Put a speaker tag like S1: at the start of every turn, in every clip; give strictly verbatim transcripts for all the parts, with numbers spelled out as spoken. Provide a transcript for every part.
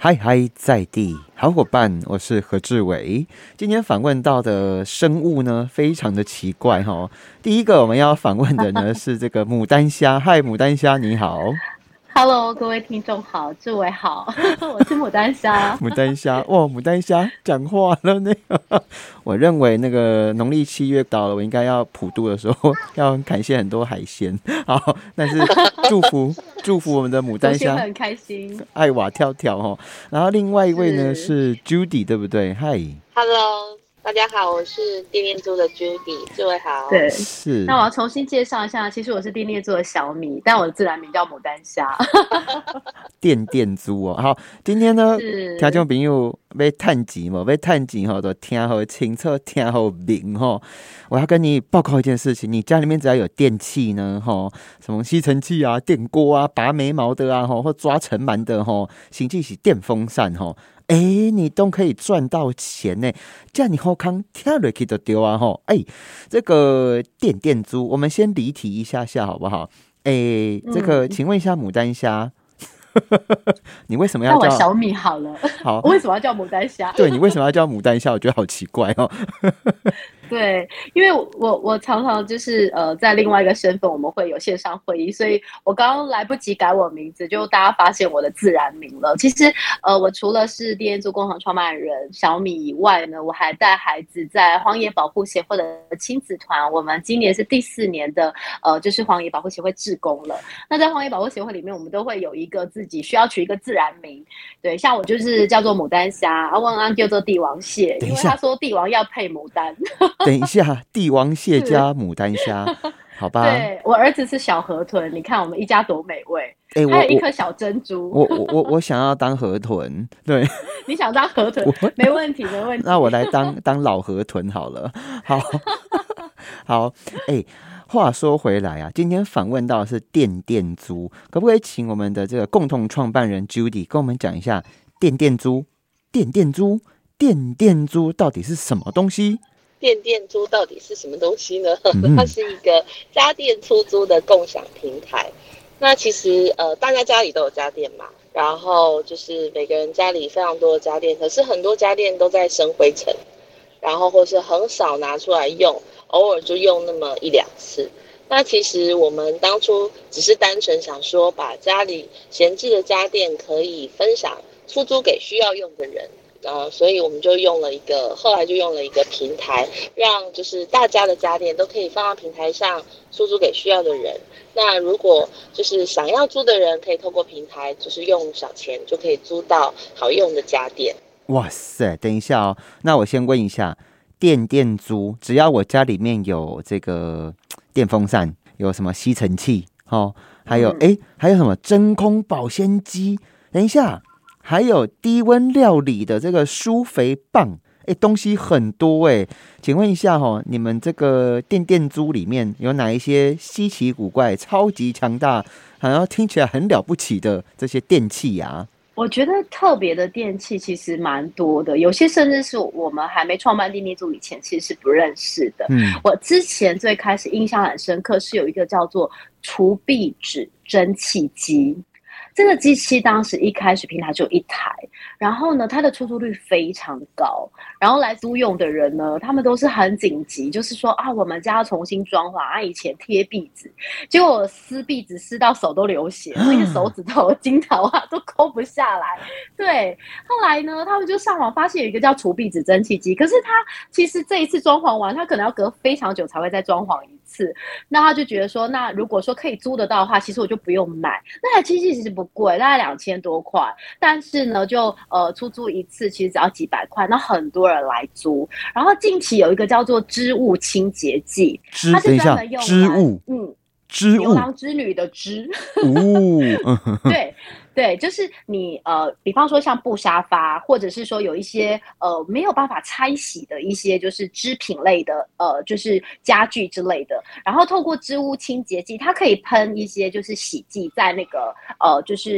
S1: 嗨嗨，在地好伙伴，我是何志伟。今天访问到的生物呢，非常的奇怪哈。第一个我们要访问的呢是这个牡丹虾。嗨，牡丹虾你好。
S2: Hello，各位听众好，志伟好，我是牡丹虾。
S1: 牡丹虾，哇，牡丹虾讲话了呢。我认为那个农历七月到了，我应该要普渡的时候要感谢很多海鲜。好，但是祝福祝福我们的牡丹虾
S2: 祖先会很开心。
S1: 爱瓦跳跳哦。然后另外一位呢
S2: 是
S1: 是 Judy， 对不对？嗨，
S3: Hello，大家好，我是电念珠的 Judy，各位好。
S2: 对，
S1: 是
S2: 那我要重新介绍一下，其实我是地猎做的小米，但我的自然名叫牡丹虾。
S1: 电电猪哦。好，今天呢，
S2: 是
S1: 听众朋友要探钱嘛，要探钱吼，就听好清楚，听好明吼。我要跟你报告一件事情，你家里面只要有电器呢，吼，什么吸尘器啊、电锅啊、拔眉毛的啊，吼，或抓尘螨的吼，甚至是电风扇吼。哎、欸，你都可以赚到钱呢！这样你好康听下去就丢啊吼！哎、欸，这个电电猪，我们先离题一下下好不好？哎、欸，这个，
S2: 嗯
S1: 请问一下牡丹虾，你为什么要叫
S2: 那我小米好了？
S1: 好？
S2: 我为什么要叫牡丹虾？
S1: 对，你为什么要叫牡丹虾？我觉得好奇怪哦。
S2: 对，因为我我常常就是呃，在另外一个身份，我们会有线上会议，所以我刚刚来不及改我名字，就大家发现我的自然名了。其实呃，我除了是电电猪工厂创办人小米以外呢，我还带孩子在荒野保护协会的亲子团，我们今年是第四年的呃，就是荒野保护协会志工了。那在荒野保护协会里面，我们都会有一个自己需要取一个自然名，对，像我就是叫做牡丹虾，啊，问安叫做帝王蟹，因为他说帝王要配牡丹。
S1: 等一下，帝王蟹加牡丹虾，好吧？
S2: 对，我儿子是小河豚，你看我们一家多美味。
S1: 欸、
S2: 还有一颗小珍珠。
S1: 我我我我想要当河豚，对。
S2: 你想当河豚？没问题，没问题。
S1: 那我来当当老河豚好了。好，好，哎、欸。话说回来啊，今天访问到的是电电猪，可不可以请我们的这个共同创办人 Judy 跟我们讲一下电电猪、电电猪、电电猪到底是什么东西？
S3: 电电租到底是什么东西呢？嗯、它是一个家电出租的共享平台。那其实呃，大家家里都有家电嘛，然后就是每个人家里非常多的家电，可是很多家电都在生灰尘，然后或是很少拿出来用，偶尔就用那么一两次。那其实我们当初只是单纯想说，把家里闲置的家电可以分享出租给需要用的人。呃，所以我们就用了一个，后来就用了一个平台，让就是大家的家电都可以放到平台上出租给需要的人。那如果就是想要租的人，可以透过平台，就是用小钱就可以租到好用的家电。
S1: 哇塞，等一下哦，那我先问一下，电电租，只要我家里面有这个电风扇，有什么吸尘器，哦，还有哎、嗯，还有什么真空保鲜机？等一下。还有低温料理的这个舒肥棒，哎，东西很多哎。请问一下哈，你们这个电电猪里面有哪一些稀奇古怪、超级强大，好像听起来很了不起的这些电器啊？
S2: 我觉得特别的电器其实蛮多的，有些甚至是我们还没创办电电猪以前其实是不认识的。嗯，我之前最开始印象很深刻是有一个叫做除壁纸蒸汽机。这个机器当时一开始平台就一台，然后呢，它的出租率非常高，然后来租用的人呢，他们都是很紧急，就是说啊，我们家要重新装潢啊，以前贴壁纸，结果我撕壁纸撕到手都流血，那个手指头、金桃啊都抠不下来。对，后来呢，他们就上网发现有一个叫除壁纸蒸汽机，可是他其实这一次装潢完，他可能要隔非常久才会再装潢一次，那他就觉得说，那如果说可以租得到的话，其实我就不用买，那台机器其实不贵，大概两千多块，但是呢，就呃出租一次其实只要几百块，那很多人来租。然后近期有一个叫做织物清洁剂，它是专门用来
S1: 织物，
S2: 嗯，
S1: 织物，
S2: 牛郎织女的织，
S1: 哦，
S2: 对。对，就是你呃，比方说像布沙发，或者是说有一些呃没有办法拆洗的一些就是织品类的呃，就是家具之类的，然后透过织物清洁剂，它可以喷一些就是洗剂在那个呃就是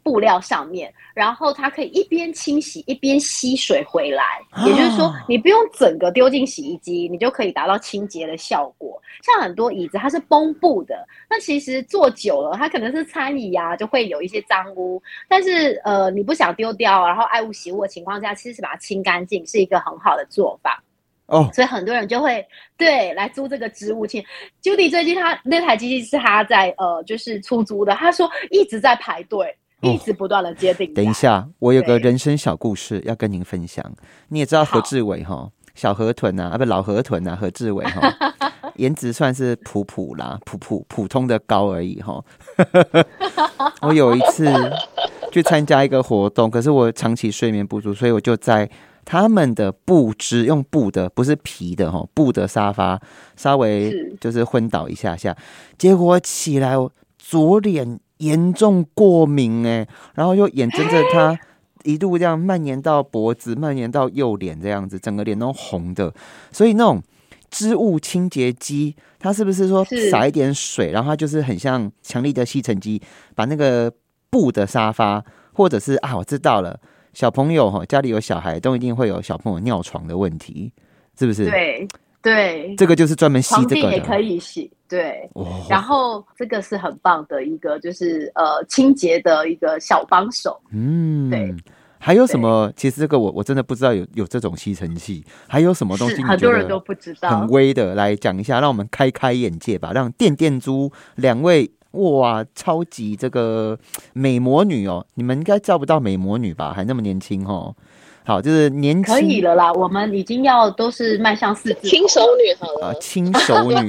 S2: 布料上面，然后它可以一边清洗一边吸水回来，也就是说你不用整个丢进洗衣机，你就可以达到清洁的效果。像很多椅子它是绷布的，那其实坐久了它可能是餐椅啊，就会有一些脏污，但是呃你不想丢掉，然后爱物惜物的情况下，其实把它清干净是一个很好的做法。哦，所以很多人就会对来租这个织物器。Judy 最近他那台机器是他在呃就是出租的，他说一直在排队，一直不断的接订单。
S1: 等一下，我有个人生小故事要跟您分享。你也知道何志伟哈，小河豚啊，啊不老河豚啊，何志伟哈，颜值算是普普啦，普普普通的高而已哈。我有一次去参加一个活动，可是我长期睡眠不足，所以我就在他们的布织用布的，不是皮的齁，布的沙发稍微就是昏倒一下下，结果起来左脸严重过敏哎，然后又眼睁着它一路这样蔓延到脖子，蔓延到右脸这样子，整个脸都红的。所以那种织物清洁机，它是不是说撒一点水，然后它就是很像强力的吸尘机，把那个布的沙发，或者是啊，我知道了。小朋友家里有小孩，都一定会有小朋友尿床的问题，是不是？
S2: 对对，
S1: 这个就是专门吸这个的，
S2: 床垫也可以洗，对。哦、然后这个是很棒的一个，就是呃清洁的一个小帮手。嗯，对。
S1: 还有什么？其实这个我我真的不知道有有这种吸尘器，还有什么东西？
S2: 很多人都不知道，
S1: 很微的来讲一下，让我们开开眼界吧，让电电猪两位。哇，超级这个美魔女哦！你们应该叫不到美魔女吧？还那么年轻哦。好，就是年轻
S2: 可以了啦。我们已经要都是迈向四字
S3: 轻熟女好了，
S1: 啊，轻熟女。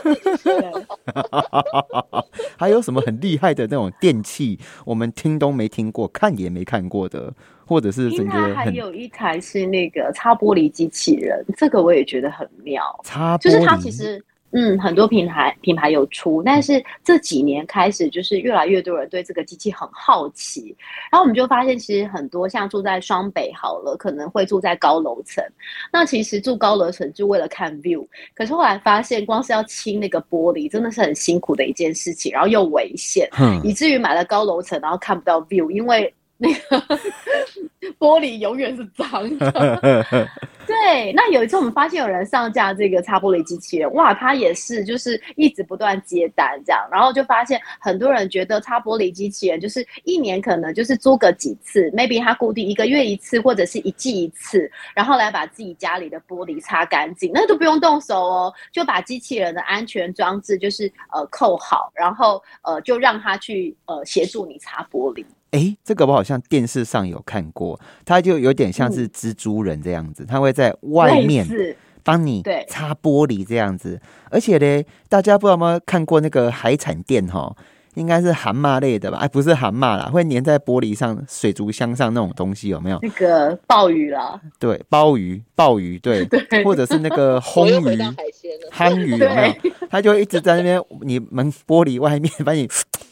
S1: 还有什么很厉害的那种电器，我们听都没听过，看也没看过的，或者是整个
S2: 还有一台是那个擦玻璃机器人，这个我也觉得很妙。
S1: 擦玻璃
S2: 就是它其实。嗯，很多品牌品牌有出，但是这几年开始，就是越来越多人对这个机器很好奇，然后我们就发现，其实很多像住在双北好了，可能会住在高楼层，那其实住高楼层就为了看 view， 可是后来发现，光是要清那个玻璃，真的是很辛苦的一件事情，然后又危险，嗯、以至于买了高楼层，然后看不到 view， 因为那个玻璃永远是脏的。对，那有一次我们发现有人上架这个擦玻璃机器人，哇，他也是就是一直不断接单这样，然后就发现很多人觉得擦玻璃机器人就是一年可能就是租个几次 ，maybe 他固定一个月一次或者是一季一次，然后来把自己家里的玻璃擦干净，那都不用动手哦，就把机器人的安全装置就是呃扣好，然后呃就让他去呃协助你擦玻璃。
S1: 哎，这个我好像电视上有看过，它就有点像是蜘蛛人这样子，它、嗯、会在外面帮你擦玻璃这样子。而且呢，大家不知道有没有看过那个海产店哈？应该是蛤蟆类的吧？哎，不是蛤蟆啦，会粘在玻璃上、水族箱上那种东西有没有？
S2: 那个鲍鱼啦，
S1: 对，鲍鱼，鲍鱼，对，对或者是那个烘鱼、夯鱼有没有？它就一直在那边你门玻璃外面把你。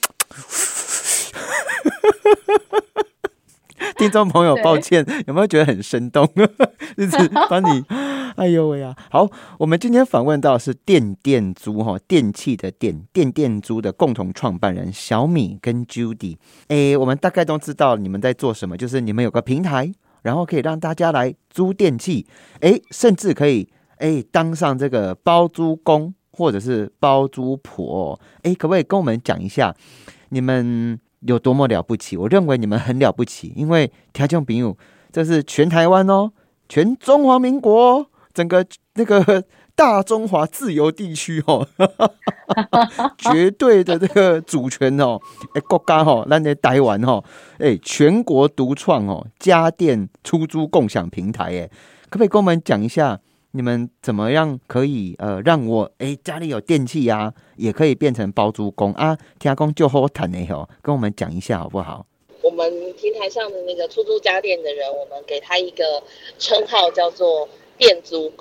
S1: 听众朋友，抱歉，有没有觉得很生动？就是帮你，哎呦喂呀！好，我们今天访问到的是电电猪哈，电器的电，电电猪的共同创办人小米跟 Judy。哎，我们大概都知道你们在做什么，就是你们有个平台，然后可以让大家来租电器，哎，甚至可以哎当上这个包租公或者是包租婆。哎，可不可以跟我们讲一下你们？有多么了不起？我认为你们很了不起，因为听众朋友，这是全台湾哦，全中华民国，整个那个大中华自由地区哦，绝对的这个主权哦，哎，国家哦，咱的台湾哦，哎，全国独创哦，家电出租共享平台，哎，可不可以跟我们讲一下？你们怎么样可以呃让我哎家里有电器啊，也可以变成包租公啊？听讲就好谈的哦，跟我们讲一下好不好？
S3: 我们平台上的那个出租家电的人，我们给他一个称号叫做电租公。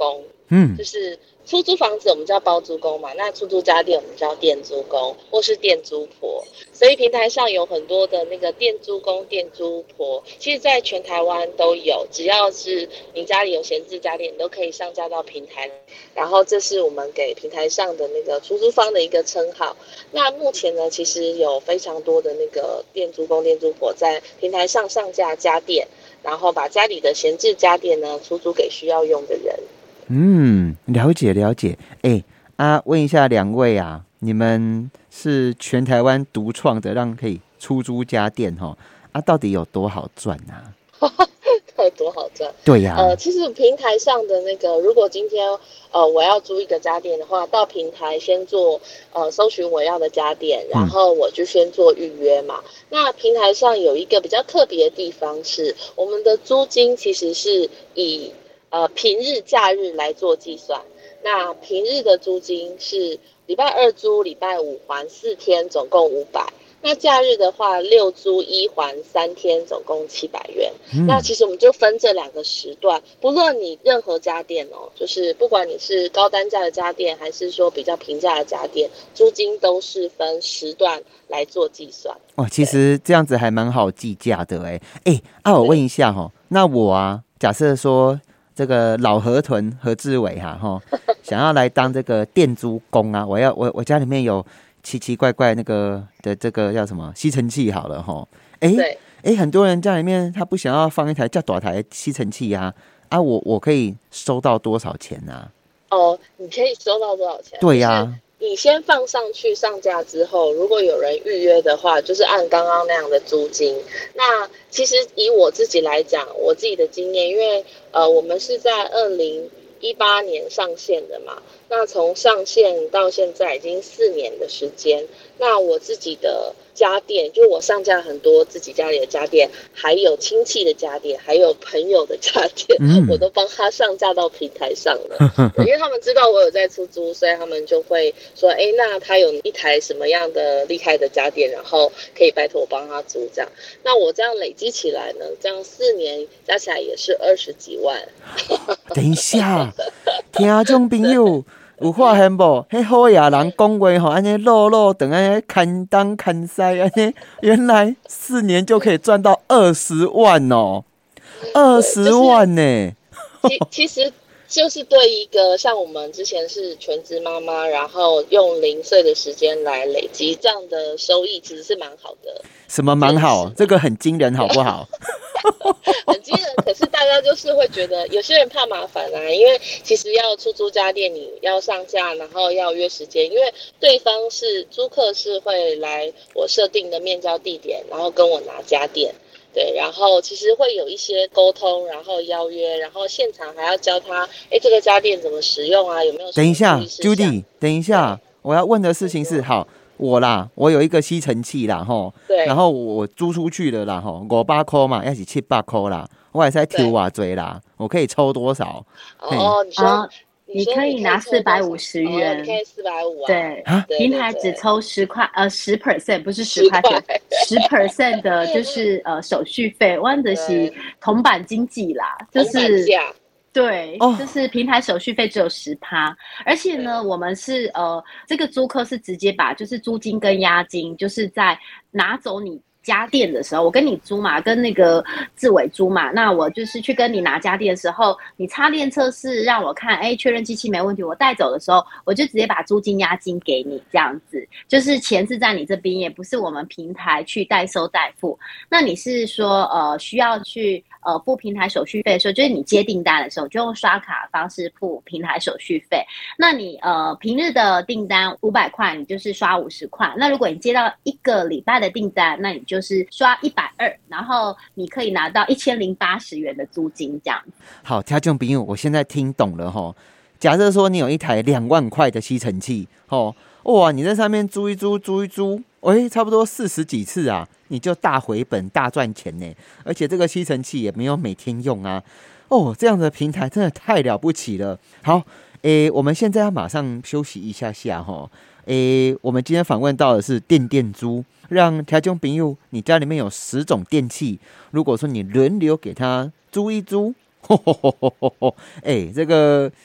S3: 嗯，就是出租房子我们叫包租公嘛，那出租家电我们叫店租公或是店租婆，所以平台上有很多的那个店租公、店租婆，其实在全台湾都有，只要是你家里有闲置家电，你都可以上架到平台。然后这是我们给平台上的那个出租方的一个称号。那目前呢，其实有非常多的那个店租公、店租婆在平台上上架家电，然后把家里的闲置家电呢出租给需要用的人。
S1: 嗯，了解了解。哎啊，问一下两位啊，你们是全台湾独创的，让可以出租家电哈啊，到底有多好赚啊？
S3: 有多好赚？
S1: 对呀、啊，
S3: 呃，其实平台上的那个，如果今天呃我要租一个家电的话，到平台先做呃搜寻我要的家电，然后我就先做预约嘛。嗯、那平台上有一个比较特别的地方是，我们的租金其实是以呃平日假日来做计算。那平日的租金是礼拜二租，礼拜五还四天，总共五百。那假日的话，六租一还三天，总共七百元。嗯、那其实我们就分这两个时段，不论你任何家电哦，就是不管你是高单价的家电，还是说比较平价的家电，租金都是分时段来做计算。
S1: 哇，其实这样子还蛮好计价的哎哎啊，我问一下哈，那我啊，假设说这个老河豚何志伟哈哈，想要来当这个店租工啊，我要我我家里面有奇奇怪怪那个的这个叫什么吸尘器好了哈，哎哎，很多人家里面他不想要放一台较大台的吸尘器啊啊，我我可以收到多少钱啊？
S3: 哦，你可以收到多少钱？
S1: 对呀、啊。
S3: 你先放上去上架之后，如果有人预约的话，就是按刚刚那样的租金。那其实以我自己来讲，我自己的经验，因为呃，我们是在二零一八年上线的嘛，那从上线到现在已经四年的时间。那我自己的家电，就我上架很多自己家里的家电，还有亲戚的家电，还有朋友的家电，嗯、我都帮他上架到平台上了。因为他们知道我有在出租，所以他们就会说：“哎，那他有一台什么样的厉害的家电，然后可以拜托我帮他租这样。”那我这样累积起来呢，这样四年加起来也是二十几万。
S1: 等一下，听众朋友。有发现无？迄好野人讲话吼，安尼落落等安尼看东看西，安尼原来四年就可以赚到二十万哦，二十万呢、
S3: 就是。其其实就是对一个像我们之前是全职妈妈，然后用零碎的时间来累积这样的收益，其实是蛮好的。
S1: 什么蛮好？这个很惊人，好不好？
S3: 很惊人，可是大家就是会觉得有些人怕麻烦啊，因为其实要出租家电，你要上架，然后要约时间，因为对方是租客是会来我设定的面交地点，然后跟我拿家电，对，然后其实会有一些沟通，然后邀约，然后现场还要教他，哎，这个家电怎么使用啊？有没有什么注意事项？
S1: 等一下 ，Judy， 等一下，我要问的事情是好。我啦，我有一个吸尘器啦，吼，
S3: 对，
S1: 然后我租出去了啦，吼，五百块嘛，要是七百块啦，我还在抽偌济啦，我可以抽多少？
S3: 哦，你说、啊、
S2: 你可以拿四百五十元，
S3: 你可以四百五啊，
S2: 对，平台只抽十块，呃，十 percent 不是十块钱，十 percent 的就是呃手续费，弯的是铜板经济啦，就是对，哦、就是平台手续费只有十趴，而且呢，我们是呃，这个租客是直接把就是租金跟押金，就是在拿走你家电的时候，我跟你租嘛，跟那个志伟租嘛，那我就是去跟你拿家电的时候，你插电测试让我看，哎，确认机器没问题，我带走的时候，我就直接把租金押金给你，这样子，就是钱是在你这边，也不是我们平台去代收代付。那你是说呃需要去呃付平台手续费的时候，就是你接订单的时候，就用刷卡的方式付平台手续费。那你呃平日的订单五百块，你就是刷五十块。那如果你接到一个礼拜的订单，那你就是刷一百二，然后你可以拿到一千零八十元的租金，这样。
S1: 好，听众朋友，我现在听懂了哈。假设说你有一台两万块的吸尘器，哦，哇，你在上面租一租，租一租，哎，差不多四十几次啊，你就大回本、大赚钱呢。而且这个吸尘器也没有每天用啊，哦，这样的平台真的太了不起了。好，诶，我们现在要马上休息一下下哈。诶，我们今天访问到的是电电租，让听众朋友，你家里面有十种电器，如果说你轮流给他租一租，哎，这个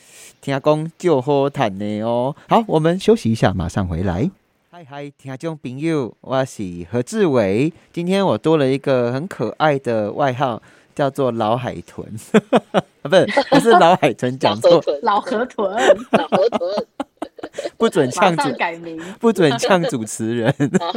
S1: 听讲就好谈的哦。好，我们休息一下，马上回来。嗨嗨，听众朋友，我是何志伟。今天我多了一个很可爱的外号，叫做老海豚。不是，不是老海豚，讲错，
S2: 老河豚，
S3: 老河豚。
S1: 不准呛主，
S2: 改名，
S1: 不准呛主持人。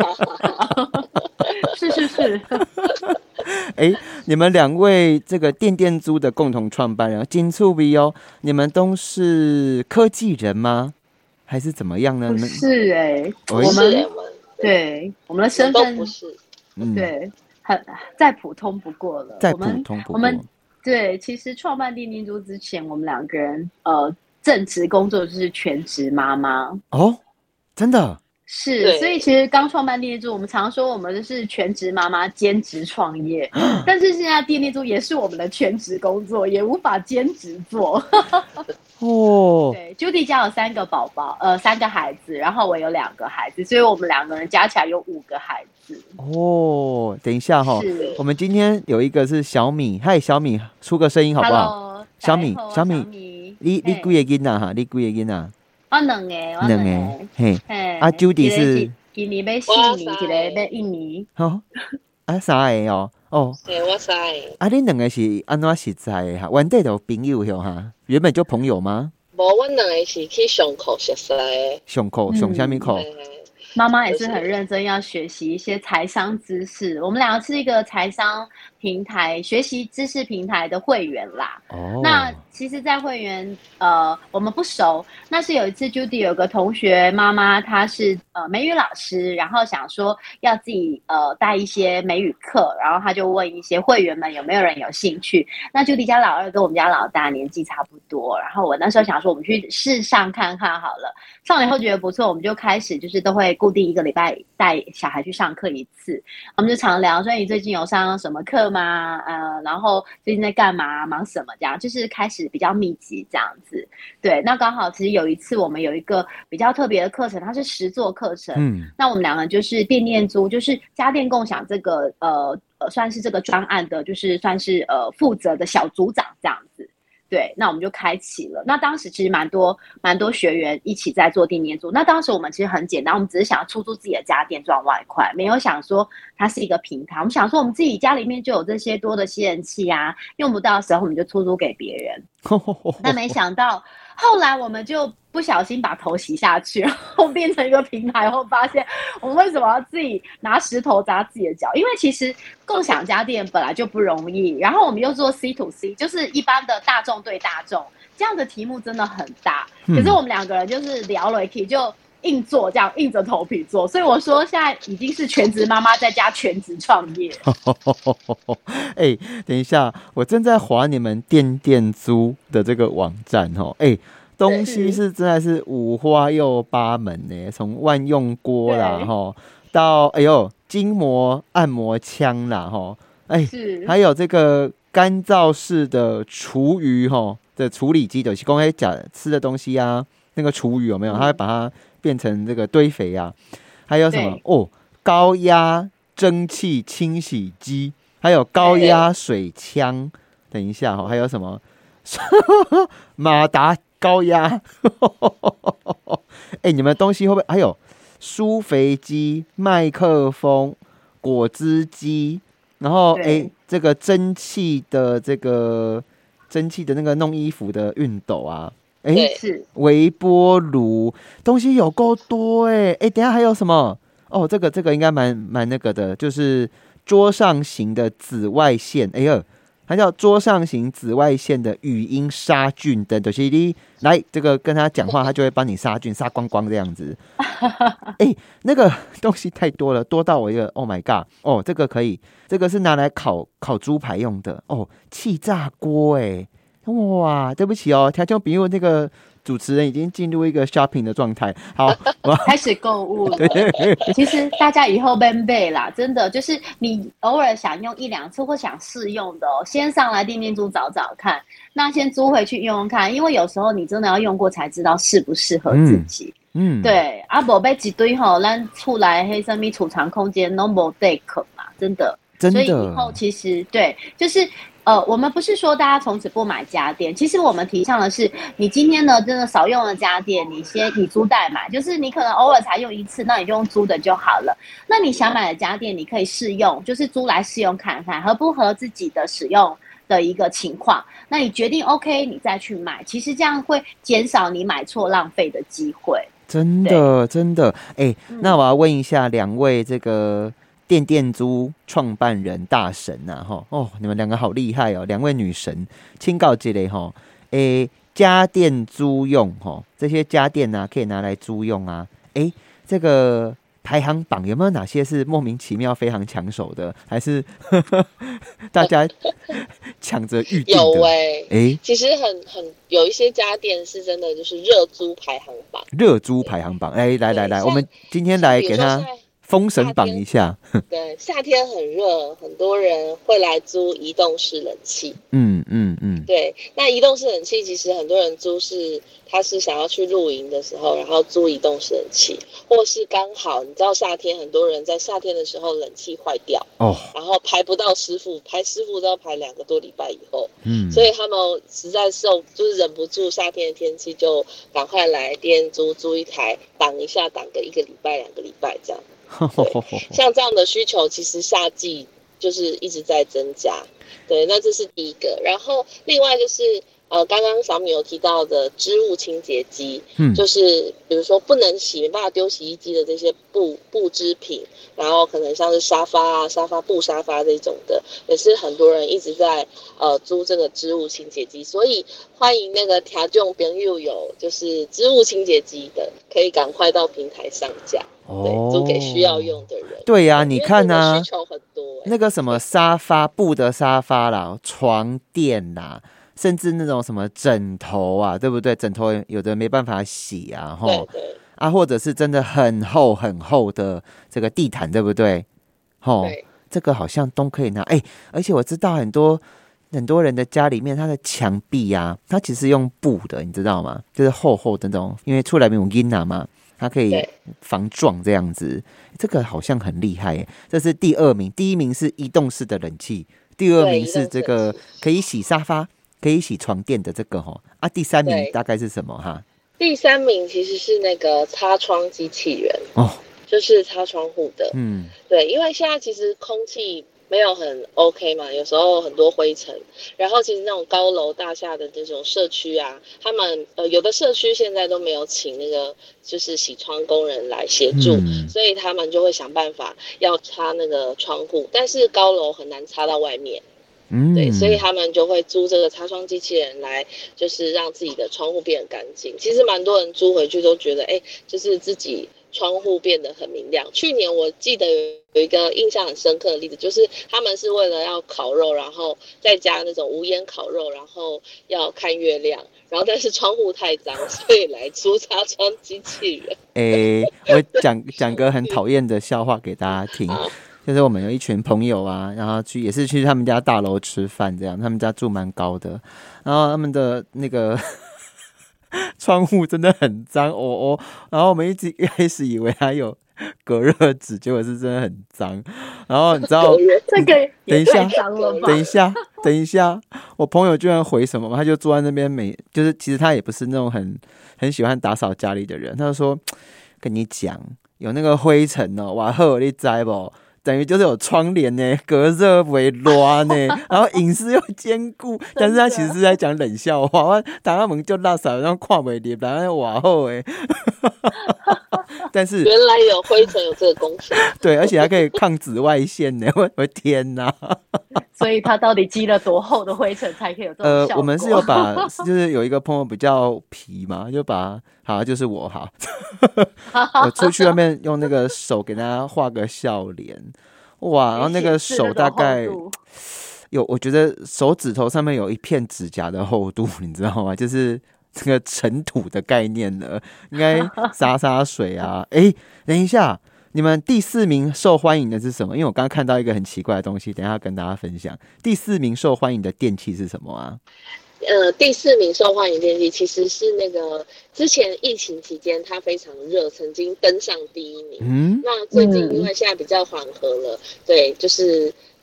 S2: 是是是。
S1: 哎，你们两位这个电电租的共同创办人金触鼻哦，你们都是科技人吗？还是怎么样呢？
S2: 不是哎、欸，我们对我们的身份
S3: 都不是，
S2: 嗯，对，很再普通不过了，
S1: 再普通不过。
S2: 我们对，其实创办电电租之前，我们两个人呃正职工作就是全职妈妈
S1: 哦，真的。
S2: 是，所以其实刚创办电电租，我们常说我们是全职妈妈兼职创业，但是现在电电租也是我们的全职工作，也无法兼职做。哦，对 ，Judy 家有三个宝宝，呃，三个孩子，然后我有两个孩子，所以我们两个人加起来有五个孩子。
S1: 哦，等一下哈、哦，我们今天有一个是小米，嗨，小米，出个声音好不好？
S2: Hello,
S1: 小米，
S2: 小米，
S1: 你你几个囡仔哈？你几个囡仔？
S2: 我两个，我两个，嘿，
S1: 啊 ，Judy 是
S2: 今年要四年，一个要一年。
S1: 哦，啊，三个哦，哦，
S3: 对，我三个。
S1: 啊，恁两个是安怎实在的哈？原底就朋友哟哈，原本就朋友吗？
S3: 无，阮两个是去上课熟识的。
S1: 上课上什么课？
S2: 妈妈也是很认真，要学习一些财商知识。我们两个是一个财商平台、学习知识平台的会员啦。哦，那其实，在会员呃，我们不熟。那是有一次 ，Judy 有个同学妈妈，她是呃美语老师，然后想说要自己呃带一些美语课，然后她就问一些会员们有没有人有兴趣。那 Judy 家老二跟我们家老大年纪差不多，然后我那时候想说，我们去试上看看好了。上了以后觉得不错，我们就开始就是都会固定一个礼拜带小孩去上课一次，我们就常聊说你最近有上什么课吗？呃，然后最近在干嘛？忙什么？这样就是开始比较密集这样子。对，那刚好其实有一次我们有一个比较特别的课程，它是实作课程。嗯，那我们两个就是电电租，就是家电共享这个呃呃算是这个专案的，就是算是呃负责的小组长这样子。对，那我们就开启了。那当时其实蛮多蛮多学员一起在做电电租。那当时我们其实很简单，我们只是想要出租自己的家电赚外快，没有想说它是一个平台。我们想说我们自己家里面就有这些多的吸尘器啊，用不到的时候我们就出租给别人。那没想到后来我们就不小心把头洗下去，然后变成一个平台后，发现我们为什么要自己拿石头砸自己的脚？因为其实共享家电本来就不容易，然后我们又做 C to C， 就是一般的大众对大众，这样的题目真的很大。可是我们两个人就是聊了一起就硬做，这样硬着头皮做。所以我说现在已经是全职妈妈在家全职创业。
S1: 哎、欸，等一下，我正在滑你们电电租的这个网站哦，哎、欸。东西是真的是五花又八门呢，从万用锅啦齁，到哎呦筋膜按摩枪啦齁，哎，还有这个干燥式的厨余齁的处理机，就是讲哎假吃的东西啊，那个厨余有没有？它会把它变成这个堆肥啊，还有什么哦高压蒸汽清洗机，还有高压水枪，等一下齁，还有什么马达。高压，哎、欸，你们的东西会不会还有疏肥机、麦克风、果汁机，然后哎、欸，这个蒸汽的这个蒸汽的那个弄衣服的熨斗啊，哎、欸，微波炉，东西有够多哎、欸，哎、欸，等一下还有什么？哦，这个这个应该蛮蛮那个的，就是桌上型的紫外线，哎呦。它叫桌上型紫外线的语音杀菌灯，就是你来这个跟他讲话，他就会帮你杀菌，杀光光这样子。哎、欸，那个东西太多了，多到我一个 Oh my God！ 哦，这个可以，这个是拿来烤烤猪排用的哦，气炸锅哎，哇，对不起哦，听众朋友那个。主持人已经进入一个 shopping 的状态，好，我
S2: 开始购物了。其实大家以后免买啦，真的就是你偶尔想用一两次或想试用的哦，先上来电电租找找看，那先租回去用用看，因为有时候你真的要用过才知道适不适合自己。嗯，嗯对，啊，无买一堆吼，咱厝内迄什么储藏空间都无地可嘛，真的。
S1: 真的。
S2: 所以以后其实对，就是呃，我们不是说大家从此不买家电，其实我们提倡的是，你今天呢真的少用的家电，你先以租代买，就是你可能偶尔才用一次，那你就用租的就好了。那你想买的家电，你可以试用，就是租来试用看看合不合自己的使用的一个情况。那你决定 OK， 你再去买，其实这样会减少你买错浪费的机会。
S1: 真的真的，哎、欸嗯，那我要问一下两位这个电电租创办人大神呐、啊，哦，你们两个好厉害哦，两位女神，请告这类哈，哎、欸，家電租用哈，这些家电啊可以拿来租用啊，哎、欸，这个排行榜有没有哪些是莫名其妙非常抢手的，还是呵呵大家抢着预定的？
S3: 有哎、欸，哎、
S1: 欸，
S3: 其实很很有一些家电是真的就是热租排行榜，
S1: 热租排行榜，哎、欸，来来来，我们今天来给他封神榜一下。
S3: 对，夏天很热，很多人会来租移动式冷气。嗯嗯嗯，对，那移动式冷气其实很多人租是他是想要去露营的时候，然后租移动式冷气，或是刚好你知道夏天很多人在夏天的时候冷气坏掉哦，然后排不到师傅，排师傅都要排两个多礼拜以后，嗯，所以他们实在受就是忍不住夏天的天气，就赶快来店租租一台挡一下，挡个一个礼拜两个礼拜这样。像这样的需求，其实夏季就是一直在增加。对，那这是第一个。然后另外就是呃，刚刚小米有提到的织物清洁机，嗯，就是比如说不能洗、没办法丢洗衣机的这些布布织品，然后可能像是沙发啊、沙发布沙发这种的，也是很多人一直在呃租这个织物清洁机。所以欢迎那个听众朋友有就是织物清洁机的，可以赶快到平台上架。对，租给需要用的人。
S1: 对呀、啊，你看啊，
S3: 需求很多、欸。
S1: 那个什么沙发布的沙发啦，床垫啦，甚至那种什么枕头啊，对不对？枕头有的没办法洗啊，吼，
S3: 对对
S1: 啊，或者是真的很厚很厚的这个地毯，对不对？吼，这个好像都可以拿。哎、欸，而且我知道很多很多人的家里面，它的墙壁啊，它其实用布的，你知道吗？就是厚厚的那种，因为出来没有阴啊嘛。它可以防撞这样子，这个好像很厉害耶。这是第二名，第一名是移动式的冷气，第二名是这个可以洗沙发、可以洗床垫的这个哈。啊，第三名大概是什么哈？
S3: 第三名其实是那个擦窗机器人哦，就是擦窗户的。嗯，对，因为现在其实空气没有很 OK 嘛，有时候很多灰尘，然后其实那种高楼大厦的这种社区啊，他们呃有的社区现在都没有请那个就是洗窗工人来协助、嗯、所以他们就会想办法要擦那个窗户，但是高楼很难擦到外面。嗯，对，所以他们就会租这个擦窗机器人来，就是让自己的窗户变得干净。其实蛮多人租回去都觉得，哎，就是自己窗户变得很明亮。去年我记得有一个印象很深刻的例子，就是他们是为了要烤肉，然后再加那种无烟烤肉，然后要看月亮，然后但是窗户太脏，所以来租擦窗机器人。
S1: 哎，我讲讲个很讨厌的笑话给大家听。就是我们有一群朋友啊，然后去也是去他们家大楼吃饭，这样他们家住蛮高的，然后他们的那个窗户真的很脏哦哦，然后我们一直一开始以为还有隔热纸，结果是真的很脏。然后你知道
S2: 这个
S1: 等一下，等一下，等一下，我朋友居然回什么嘛？他就坐在那边每就是其实他也不是那种很很喜欢打扫家里的人，他就说跟你讲有那个灰尘哦，哇呵，你知不？等于就是有窗帘呢，隔热为乱呢，然后隐私又兼顾，但是他其实是在讲冷笑话。我打开门就拉撒，然后看不见，然后哇后哎，但是
S3: 原来有灰尘有这个功效，
S1: 对，而且还可以抗紫外线呢！我的天哪！
S2: 所以它到底积了多厚的灰尘才可以有这种效果？
S1: 呃，我们是有把，就是有一个朋友比较皮嘛，就把好就是我好，我出去外面用那个手给他画个笑脸，哇，然后那个手大概有，我觉得手指头上面有一片指甲的厚度，你知道吗？就是这个尘土的概念了，应该洒洒水啊。哎，等一下。你们第四名受欢迎的是什么？因为我刚刚看到一个很奇怪的东西，等一下跟大家分享。第四名受欢迎的电器是什么啊？
S3: 呃，第四名受欢迎电器其实是那个之前疫情期间它非常热，曾经登上第一名。嗯，那最近因为现在比较缓和了，嗯、对，就是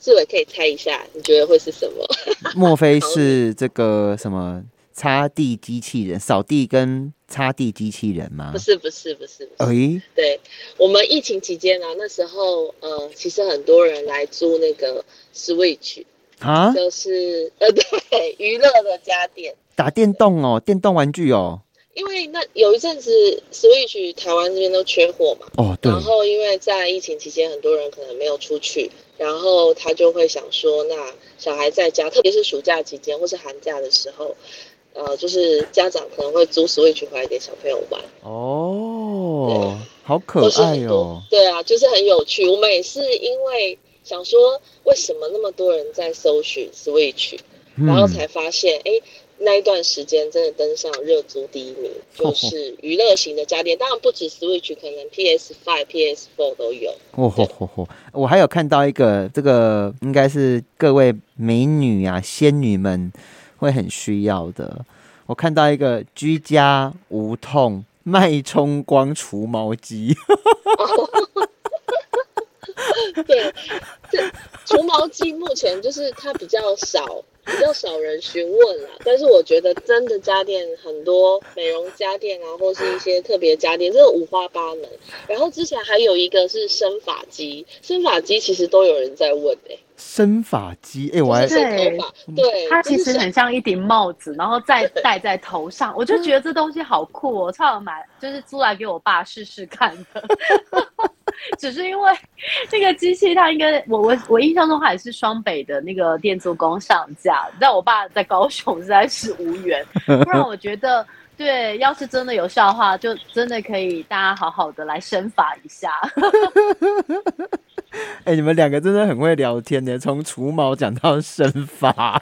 S3: 志伟可以猜一下，你觉得会是什么？
S1: 莫非是这个什么擦地机器人、扫地跟擦地机器人吗？
S3: 不是，不是，不是。
S1: 哎、欸，
S3: 对，我们疫情期间啊，那时候呃，其实很多人来租那个 Switch 啊，就是呃，对，娱乐的家电，
S1: 打电动哦，电动玩具哦。
S3: 因为那有一阵子 Switch 台湾这边都缺货嘛，
S1: 哦，对。
S3: 然后因为在疫情期间，很多人可能没有出去，然后他就会想说，那小孩在家，特别是暑假期间或是寒假的时候，呃，就是家长可能会租 Switch 回来给小朋友玩。
S1: 哦，好可爱哦。
S3: 对啊，就是很有趣。我们也是因为想说，为什么那么多人在搜寻 Switch，、嗯、然后才发现，哎。那一段时间真的登上热租第一名，就是娱乐型的家电，当然不止 Switch， 可能 P S 五、P S 四 都有。
S1: 哦吼吼吼！我还有看到一个，这个应该是各位美女啊、仙女们会很需要的。我看到一个居家无痛脉冲光除毛机。
S3: 对，这除毛机目前就是它比较少。比较少人询问啦，但是我觉得真的家电很多，美容家电啊，或是一些特别家电，这个五花八门。然后之前还有一个是生发机，生发机其实都有人在问哎、欸。
S1: 生发机，哎、欸，我还
S3: 对对，
S2: 它其实很像一顶帽子，然后再戴在头上，我就觉得这东西好酷哦，超想买，就是租来给我爸试试看的。只是因为那个机器，它应该我我我印象中还是双北的那个电租公上架，但我爸在高雄实在是无缘，不然我觉得对，要是真的有效的话，就真的可以大家好好的来生发一下。
S1: 哎、欸，你们两个真的很会聊天呢，从除毛讲到生发。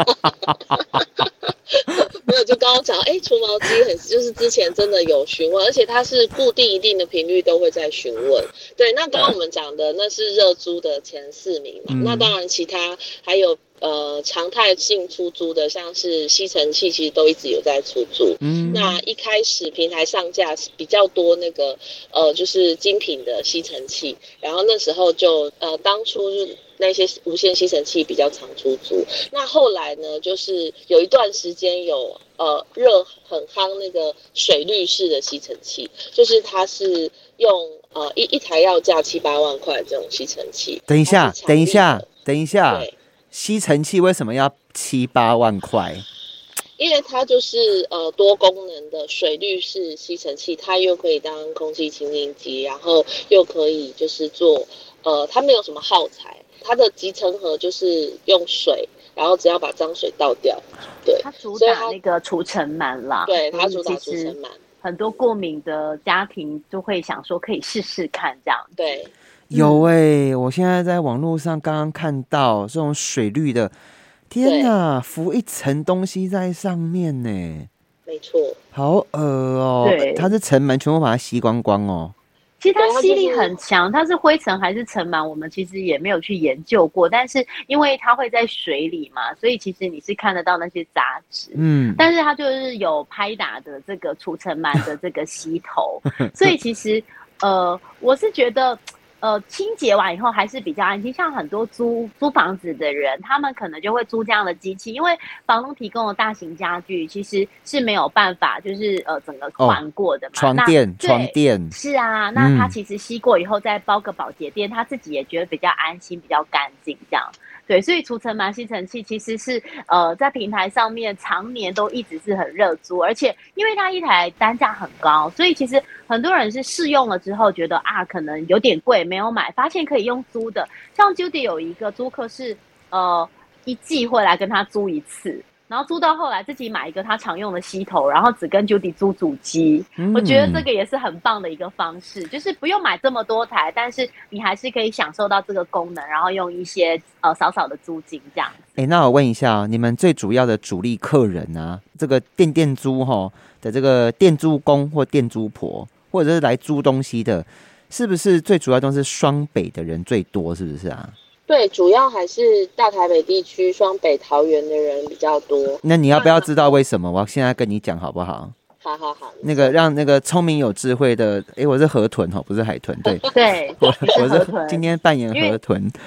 S3: 没有，就刚刚讲，哎，除毛机很就是之前真的有询问，而且它是固定一定的频率都会在询问。对，那刚刚我们讲的那是热租的前四名嘛，嗯、那当然其他还有呃常态性出租的，像是吸尘器，其实都一直有在出租。嗯，那一开始平台上架比较多那个呃就是精品的吸尘器，然后那时候就呃当初就。那些无线吸尘器比较常出租，那后来呢，就是有一段时间有呃热很夯那个水滤式的吸尘器，就是它是用呃一一台要价七八万块这种吸尘器。
S1: 等一下，等一下，等一下，吸尘器为什么要七八万块？
S3: 因为它就是呃多功能的水滤式吸尘器，它又可以当空气清净机，然后又可以就是做呃它没有什么耗材。它的集成盒就是用水，然后只要把脏水倒掉。对，
S2: 它主打那个除尘螨啦。
S3: 对，它主打除尘螨。
S2: 很多过敏的家庭就会想说，可以试试看这样。
S3: 对，
S1: 有哎、欸，我现在在网络上刚刚看到这种水滤的，天哪，浮一层东西在上面呢。
S3: 没错。
S1: 好恶哦、喔！
S2: 对，
S1: 它是尘螨全部把它吸光光哦、喔。
S2: 其实它吸力很强，它是灰尘还是尘螨，我们其实也没有去研究过。但是因为它会在水里嘛，所以其实你是看得到那些杂质。嗯，但是它就是有拍打的这个除尘螨的这个吸头，所以其实呃，我是觉得。呃，清洁完以后还是比较安心。像很多租租房子的人，他们可能就会租这样的机器，因为房东提供的大型家具其实是没有办法，就是呃整个换过的嘛。
S1: 哦、床垫，床垫
S2: 是啊，那他其实吸过以后再包个保洁垫，他自己也觉得比较安心、比较干净这样。对，所以除尘螨吸尘器其实是呃在平台上面常年都一直是很热租，而且因为它一台单价很高，所以其实很多人是试用了之后觉得啊可能有点贵没有买，发现可以用租的。像 Judy 有一个租客是呃一季会来跟他租一次，然后租到后来自己买一个他常用的吸头，然后只跟 Judy 租主机、嗯、我觉得这个也是很棒的一个方式，就是不用买这么多台，但是你还是可以享受到这个功能，然后用一些呃少少的租金这样子。
S1: 哎、欸，那我问一下、哦、你们最主要的主力客人啊，这个电电租齁的这个电租公或电租婆，或者是来租东西的，是不是最主要都是双北的人最多？是不是啊？
S3: 对，主要还是大台北地区、双北、桃园的人比较多。
S1: 那你要不要知道为什么？我现在跟你讲好不好？
S3: 好好好。
S1: 那个让那个聪明有智慧的，哎，我是河豚哦，不是海豚，对
S2: 对，
S1: 我我是今天扮演河豚。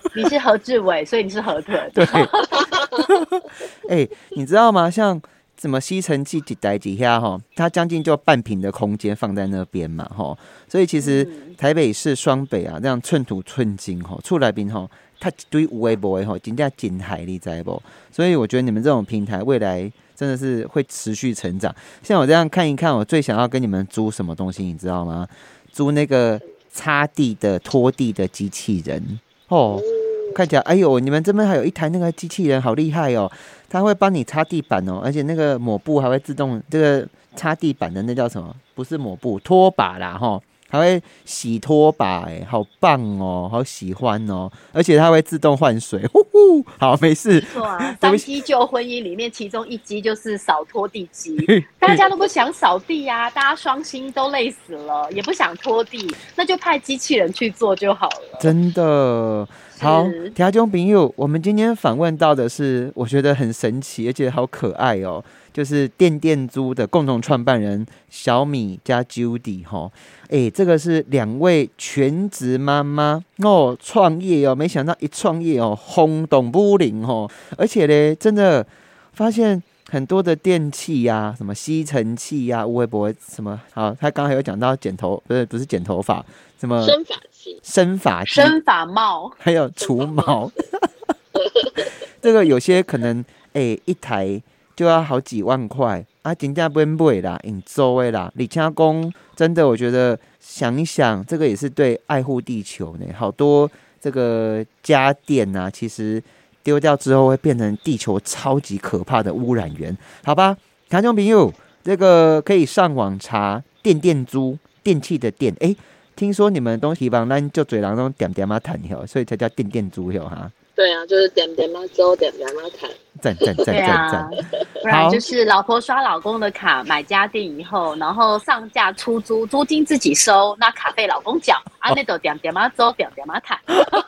S2: 你是何志伟，所以你是河豚。
S1: 对，哎、欸，你知道吗？像什么吸尘器几台几下哈，它将近就半坪的空间放在那边嘛哈，所以其实台北市双北啊，这样寸土寸金哈，出来宾哈，它一堆有的没的哈，真的真海你知不？所以我觉得你们这种平台未来真的是会持续成长。像我这样看一看，我最想要跟你们租什么东西，你知道吗？租那个擦地的拖地的机器人哦。看起来，哎呦，你们这边还有一台那个机器人，好厉害哦！它会帮你擦地板哦，而且那个抹布还会自动，这个擦地板的那叫什么？不是抹布，拖把啦，哈，还会洗拖把，哎，好棒哦，好喜欢哦！而且它会自动换水，呼呼，好，没事。
S2: 没错啊，三机救婚姻里面，其中一机就是扫拖地机，大家都不想扫地呀、啊，大家双薪都累死了，也不想拖地，那就派机器人去做就好了。
S1: 真的。好，听众朋友，我们今天访问到的是我觉得很神奇而且好可爱哦，就是电电租的共同创办人小米加 Judy 哈，哎，这个是两位全职妈妈哦，创业哦，没想到一创业哦，轰动不灵哦，而且呢，真的发现很多的电器呀、啊，什么吸尘器呀、啊，微博什么，好，他刚刚还有讲到剪头，不是不是剪头发，什么
S3: 生发器、
S1: 生发器、
S2: 生发帽，
S1: 还有除毛，这个有些可能哎、欸、一台就要好几万块啊，真正不买啦，用租的啦。李家公真的，我觉得想一想，这个也是对爱护地球呢。好多这个家电啊，其实丢掉之后会变成地球超级可怕的污染源，好吧？听众朋友，这个可以上网查电电租电器的电，哎、欸，听说你们东西帮咱就嘴人都点点嘛谈哟，所以才叫电电租哟哈。
S3: 对啊，就是点点嘛租，点点嘛谈。
S1: 赞赞赞赞赞！
S2: 不然就是老婆刷老公的卡买家电以后，然后上架出租，租金自己收，那卡费老公缴，啊，那都点点嘛租，点点嘛谈。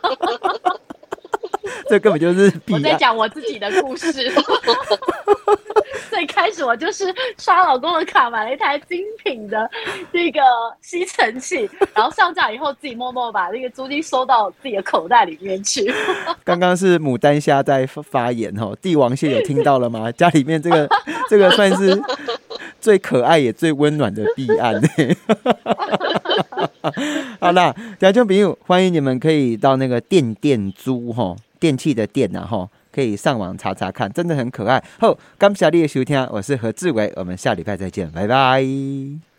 S1: 这根本就是
S2: 我在讲我自己的故事。最开始我就是刷老公的卡买了一台精品的那个吸尘器，然后上架以后自己默默把那个租金收到自己的口袋里面去。
S1: 刚刚是牡丹虾在发言哦，帝王蟹有听到了吗？家里面这个这个算是最可爱也最温暖的弊案。好啦，听众朋友，欢迎你们可以到那个电电租哈，电器的电啊哈。可以上网查查看，真的很可爱。好，感谢你的收听，我是何志伟，我们下礼拜再见，拜拜。